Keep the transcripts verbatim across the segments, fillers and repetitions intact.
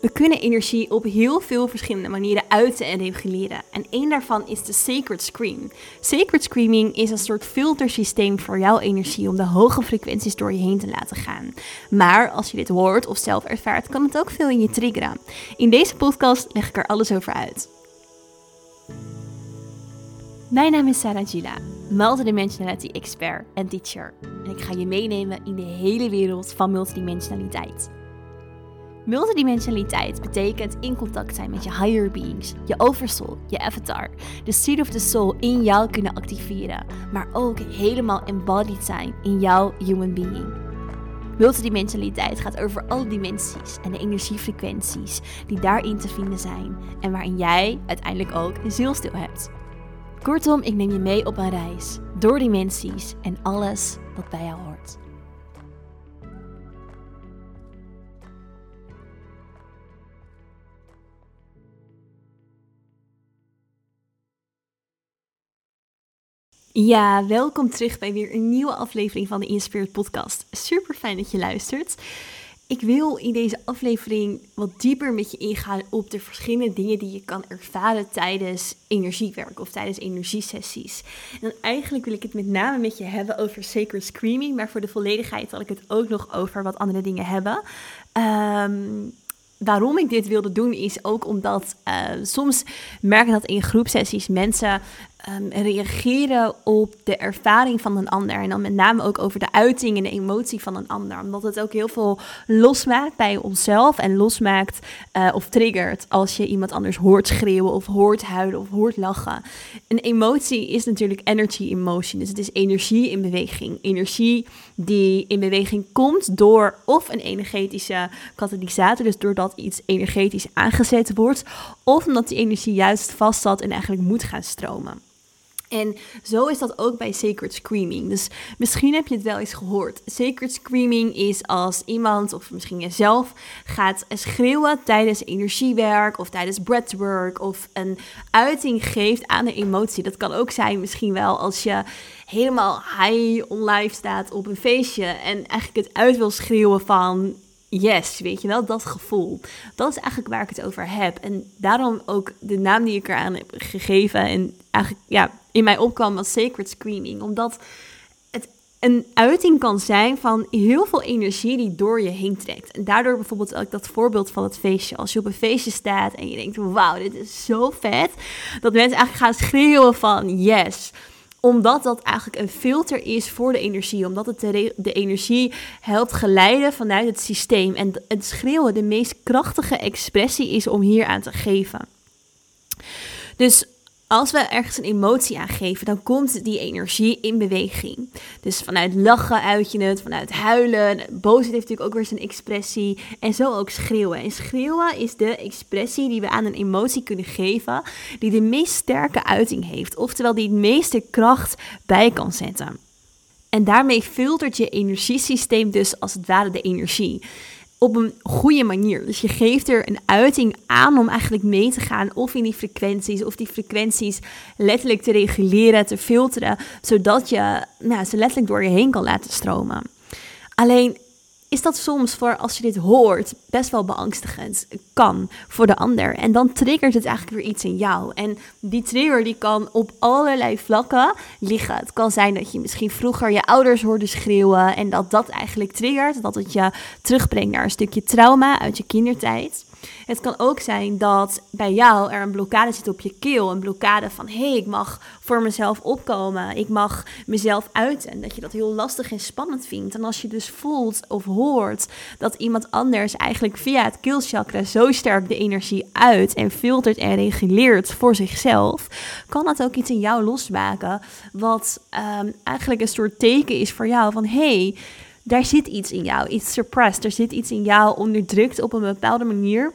We kunnen energie op heel veel verschillende manieren uiten en reguleren. En één daarvan is de Sacred Scream. Sacred Screaming is een soort filtersysteem voor jouw energie om de hoge frequenties door je heen te laten gaan. Maar als je dit hoort of zelf ervaart, kan het ook veel in je triggeren. In deze podcast leg ik er alles over uit. Mijn naam is Sarah Gila, multidimensionality expert en teacher. En ik ga je meenemen in de hele wereld van multidimensionaliteit. Multidimensionaliteit betekent in contact zijn met je higher beings, je oversoul, je avatar, de seed of the soul in jou kunnen activeren, maar ook helemaal embodied zijn in jouw human being. Multidimensionaliteit gaat over alle dimensies en de energiefrequenties die daarin te vinden zijn en waarin jij uiteindelijk ook een zielstil hebt. Kortom, ik neem je mee op een reis door dimensies en alles wat bij jou hoort. Ja, welkom terug bij weer een nieuwe aflevering van de Inspired Podcast. Super fijn dat je luistert. Ik wil in deze aflevering wat dieper met je ingaan op de verschillende dingen die je kan ervaren tijdens energiewerk of tijdens energiesessies. En eigenlijk wil ik het met name met je hebben over Sacred Screaming, maar voor de volledigheid zal ik het ook nog over wat andere dingen hebben. Um, Waarom ik dit wilde doen is ook omdat uh, soms merk ik dat in groepsessies mensen um, reageren op de ervaring van een ander. En dan met name ook over de uiting en de emotie van een ander. Omdat het ook heel veel losmaakt bij onszelf en losmaakt uh, of triggert als je iemand anders hoort schreeuwen of hoort huilen of hoort lachen. Een emotie is natuurlijk energy in motion. Dus het is energie in beweging. Energie die in beweging komt door of een energetische katalysator, dus doordat iets energetisch aangezet wordt, of omdat die energie juist vast zat en eigenlijk moet gaan stromen. En zo is dat ook bij Sacred Screaming. Dus misschien heb je het wel eens gehoord. Sacred Screaming is als iemand, of misschien jezelf, gaat schreeuwen tijdens energiewerk of tijdens breathwork of een uiting geeft aan een emotie. Dat kan ook zijn misschien wel als je helemaal high on life staat op een feestje en eigenlijk het uit wil schreeuwen van yes, weet je wel, dat gevoel. Dat is eigenlijk waar ik het over heb. En daarom ook de naam die ik eraan heb gegeven en eigenlijk ja, in mij opkwam was Sacred Screaming. Omdat het een uiting kan zijn van heel veel energie die door je heen trekt. En daardoor bijvoorbeeld ook dat voorbeeld van het feestje. Als je op een feestje staat en je denkt, wauw, dit is zo vet. Dat mensen eigenlijk gaan schreeuwen van yes, omdat dat eigenlijk een filter is voor de energie. Omdat het de, re- de energie helpt geleiden vanuit het systeem. En het schreeuwen de meest krachtige expressie is om hier aan te geven. Dus als we ergens een emotie aangeven, dan komt die energie in beweging. Dus vanuit lachen uit je het, vanuit huilen. Boosheid heeft natuurlijk ook weer zijn expressie. En zo ook schreeuwen. En schreeuwen is de expressie die we aan een emotie kunnen geven, die de meest sterke uiting heeft. Oftewel die het meeste kracht bij kan zetten. En daarmee filtert je energiesysteem dus als het ware de energie op een goede manier. Dus je geeft er een uiting aan om eigenlijk mee te gaan of in die frequenties, of die frequenties letterlijk te reguleren, te filteren, zodat je nou, ze letterlijk door je heen kan laten stromen. Alleen is dat soms voor, als je dit hoort, best wel beangstigend kan voor de ander. En dan triggert het eigenlijk weer iets in jou. En die trigger die kan op allerlei vlakken liggen. Het kan zijn dat je misschien vroeger je ouders hoorde schreeuwen en dat dat eigenlijk triggert. Dat het je terugbrengt naar een stukje trauma uit je kindertijd. Het kan ook zijn dat bij jou er een blokkade zit op je keel. Een blokkade van, hé, hey, ik mag voor mezelf opkomen. Ik mag mezelf uiten. En dat je dat heel lastig en spannend vindt. En als je dus voelt of hoort dat iemand anders eigenlijk via het keelchakra zo sterk de energie uit en filtert en reguleert voor zichzelf, kan dat ook iets in jou losmaken wat um, eigenlijk een soort teken is voor jou van, hé, hey, daar zit iets in jou, iets suppressed. Er zit iets in jou onderdrukt op een bepaalde manier.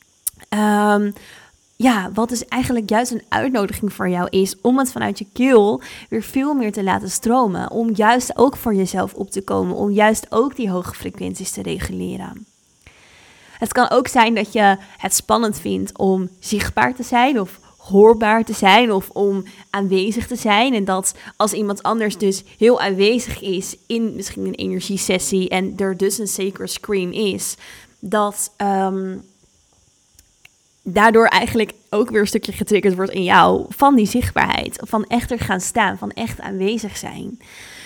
Um, ja, wat dus eigenlijk juist een uitnodiging voor jou is om het vanuit je keel weer veel meer te laten stromen. Om juist ook voor jezelf op te komen. Om juist ook die hoge frequenties te reguleren. Het kan ook zijn dat je het spannend vindt om zichtbaar te zijn of hoorbaar te zijn of om aanwezig te zijn. En dat als iemand anders dus heel aanwezig is in misschien een energiesessie en er dus een sacred scream is, dat, um, daardoor eigenlijk ook weer een stukje getriggerd wordt in jou van die zichtbaarheid. Van echt er gaan staan, van echt aanwezig zijn.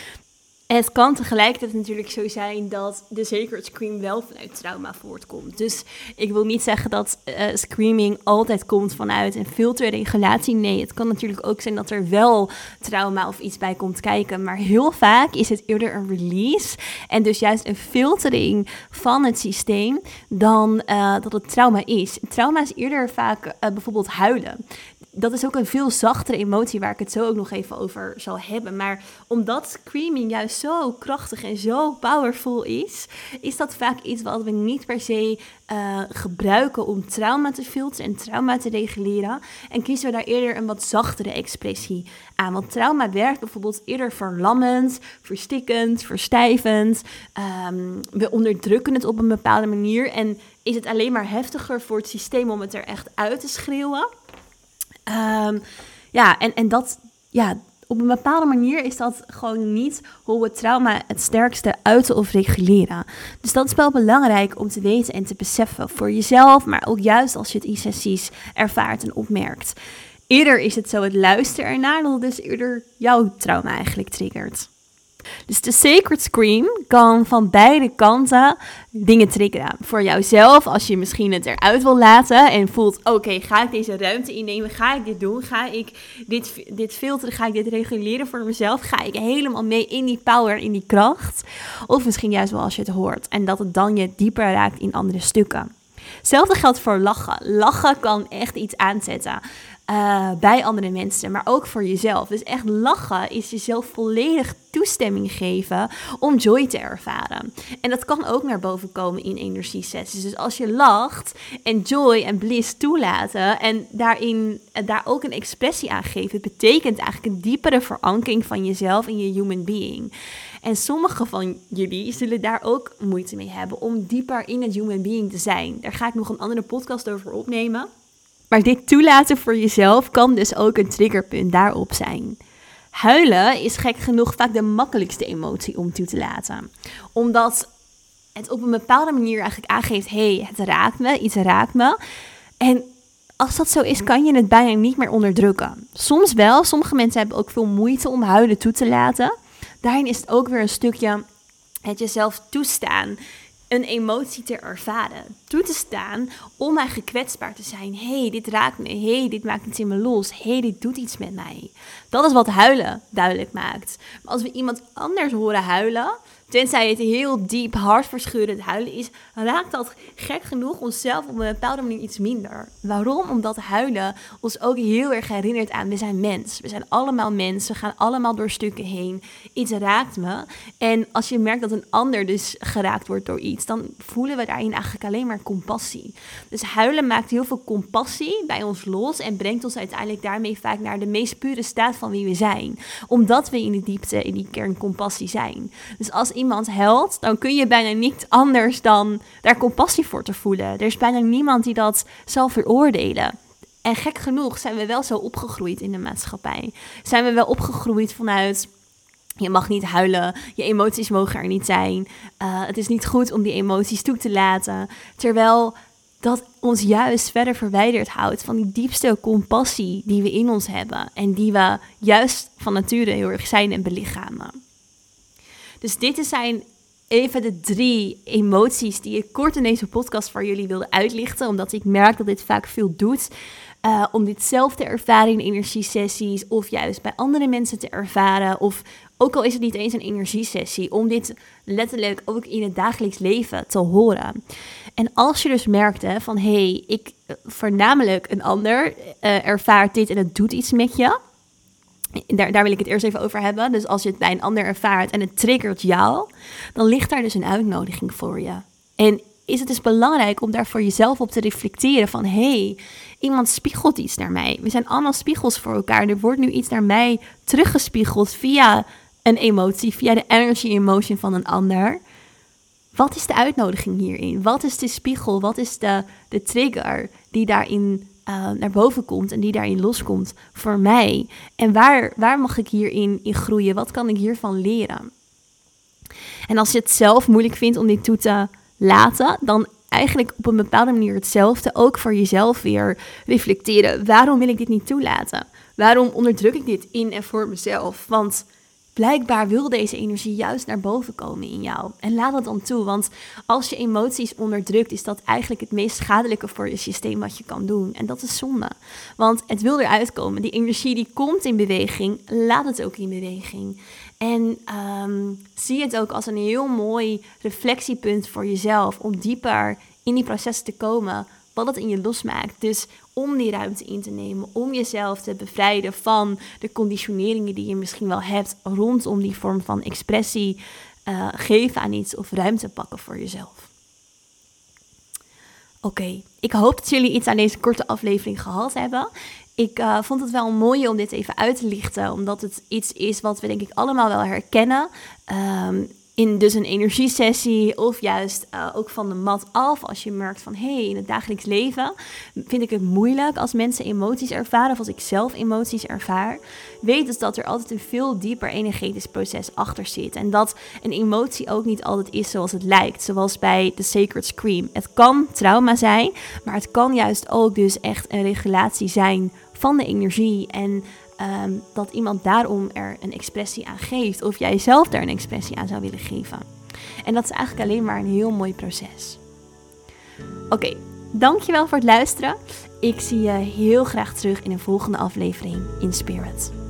En het kan tegelijkertijd natuurlijk zo zijn dat de sacred scream wel vanuit trauma voortkomt. Dus ik wil niet zeggen dat uh, screaming altijd komt vanuit een filterregulatie. Nee, het kan natuurlijk ook zijn dat er wel trauma of iets bij komt kijken. Maar heel vaak is het eerder een release en dus juist een filtering van het systeem dan uh, dat het trauma is. Trauma is eerder vaak uh, bijvoorbeeld huilen. Dat is ook een veel zachtere emotie waar ik het zo ook nog even over zal hebben. Maar omdat screaming juist zo krachtig en zo powerful is, is dat vaak iets wat we niet per se uh, gebruiken om trauma te filteren en trauma te reguleren. En kiezen we daar eerder een wat zachtere expressie aan. Want trauma werkt bijvoorbeeld eerder verlammend, verstikkend, verstijvend. Um, we onderdrukken het op een bepaalde manier en is het alleen maar heftiger voor het systeem om het er echt uit te schreeuwen. Um, ja, en, en dat, ja, op een bepaalde manier is dat gewoon niet hoe we trauma het sterkste uiten of reguleren. Dus dat is wel belangrijk om te weten en te beseffen voor jezelf, maar ook juist als je het in sessies ervaart en opmerkt. Eerder is het zo het luisteren ernaar, dat het dus eerder jouw trauma eigenlijk triggert. Dus de sacred scream kan van beide kanten dingen triggeren. Voor jouzelf, als je misschien het eruit wil laten en voelt, oké, okay, ga ik deze ruimte innemen? Ga ik dit doen? Ga ik dit, dit filteren? Ga ik dit reguleren voor mezelf? Ga ik helemaal mee in die power, in die kracht? Of misschien juist wel als je het hoort en dat het dan je dieper raakt in andere stukken. Hetzelfde geldt voor lachen. Lachen kan echt iets aanzetten. Uh, bij andere mensen, maar ook voor jezelf. Dus echt lachen is jezelf volledig toestemming geven om joy te ervaren. En dat kan ook naar boven komen in energiesessies. Dus als je lacht en joy en bliss toelaten en daarin daar ook een expressie aan geven, het betekent eigenlijk een diepere verankering van jezelf en je human being. En sommigen van jullie zullen daar ook moeite mee hebben om dieper in het human being te zijn. Daar ga ik nog een andere podcast over opnemen. Maar dit toelaten voor jezelf kan dus ook een triggerpunt daarop zijn. Huilen is gek genoeg vaak de makkelijkste emotie om toe te laten. Omdat het op een bepaalde manier eigenlijk aangeeft, hé, hey, het raakt me, iets raakt me. En als dat zo is, kan je het bijna niet meer onderdrukken. Soms wel, sommige mensen hebben ook veel moeite om huilen toe te laten. Daarin is het ook weer een stukje het jezelf toestaan, een emotie te ervaren, toe te staan om eigenlijk kwetsbaar te zijn. Hé, hey, dit raakt me. Hé, hey, dit maakt iets in me los. Hé, hey, dit doet iets met mij. Dat is wat huilen duidelijk maakt. Maar als we iemand anders horen huilen, tenzij het heel diep, hartverscheurend huilen is, raakt dat gek genoeg onszelf op een bepaalde manier iets minder. Waarom? Omdat huilen ons ook heel erg herinnert aan, we zijn mens. We zijn allemaal mens. We gaan allemaal door stukken heen. Iets raakt me. En als je merkt dat een ander dus geraakt wordt door iets, dan voelen we daarin eigenlijk alleen maar compassie. Dus huilen maakt heel veel compassie bij ons los en brengt ons uiteindelijk daarmee vaak naar de meest pure staat van wie we zijn. Omdat we in de diepte, in die kern compassie zijn. Dus als iemand huilt, dan kun je bijna niet anders dan daar compassie voor te voelen. Er is bijna niemand die dat zal veroordelen. En gek genoeg zijn we wel zo opgegroeid in de maatschappij. Zijn we wel opgegroeid vanuit, je mag niet huilen, je emoties mogen er niet zijn. Uh, het is niet goed om die emoties toe te laten. Terwijl dat ons juist verder verwijderd houdt van die diepste compassie die we in ons hebben. En die we juist van nature heel erg zijn en belichamen. Dus dit zijn even de drie emoties die ik kort in deze podcast voor jullie wilde uitlichten. Omdat ik merk dat dit vaak veel doet. Uh, om dit zelf te ervaren in energiesessies of juist bij andere mensen te ervaren. Of ook al is het niet eens een energiesessie, om dit letterlijk ook in het dagelijks leven te horen. En als je dus merkt hè, van hé, hey, ik voornamelijk een ander uh, ervaart dit en het doet iets met je. Daar, daar wil ik het eerst even over hebben. Dus als je het bij een ander ervaart en het triggert jou, dan ligt daar dus een uitnodiging voor je. En is het dus belangrijk om daar voor jezelf op te reflecteren van hé, hey, iemand spiegelt iets naar mij. We zijn allemaal spiegels voor elkaar. Er wordt nu iets naar mij teruggespiegeld via een emotie, via de energy emotion van een ander. Wat is de uitnodiging hierin? Wat is de spiegel? Wat is de, de trigger die daarin Uh, naar boven komt en die daarin loskomt voor mij? En waar, waar mag ik hierin in groeien? Wat kan ik hiervan leren? En als je het zelf moeilijk vindt om dit toe te laten, dan eigenlijk op een bepaalde manier hetzelfde ook voor jezelf weer reflecteren. Waarom wil ik dit niet toelaten? Waarom onderdruk ik dit in en voor mezelf? Want blijkbaar wil deze energie juist naar boven komen in jou. En laat dat dan toe, want als je emoties onderdrukt, is dat eigenlijk het meest schadelijke voor je systeem wat je kan doen. En dat is zonde, want het wil eruit komen. Die energie die komt in beweging, laat het ook in beweging. En um, zie het ook als een heel mooi reflectiepunt voor jezelf, om dieper in die processen te komen, wat het in je losmaakt. Dus om die ruimte in te nemen, om jezelf te bevrijden van de conditioneringen die je misschien wel hebt rondom die vorm van expressie, uh, geven aan iets of ruimte pakken voor jezelf. Oké, okay, ik hoop dat jullie iets aan deze korte aflevering gehad hebben. Ik uh, vond het wel mooi om dit even uit te lichten, omdat het iets is wat we denk ik allemaal wel herkennen. Um, in dus een energiesessie of juist uh, ook van de mat af. Als je merkt van, hé, hey, in het dagelijks leven vind ik het moeilijk als mensen emoties ervaren of als ik zelf emoties ervaar. Weet dus dat er altijd een veel dieper energetisch proces achter zit. En dat een emotie ook niet altijd is zoals het lijkt. Zoals bij The Sacred Scream. Het kan trauma zijn, maar het kan juist ook dus echt een regulatie zijn van de energie. En Um, dat iemand daarom er een expressie aan geeft. Of jij zelf daar een expressie aan zou willen geven. En dat is eigenlijk alleen maar een heel mooi proces. Oké, okay, dankjewel voor het luisteren. Ik zie je heel graag terug in een volgende aflevering in Spirit.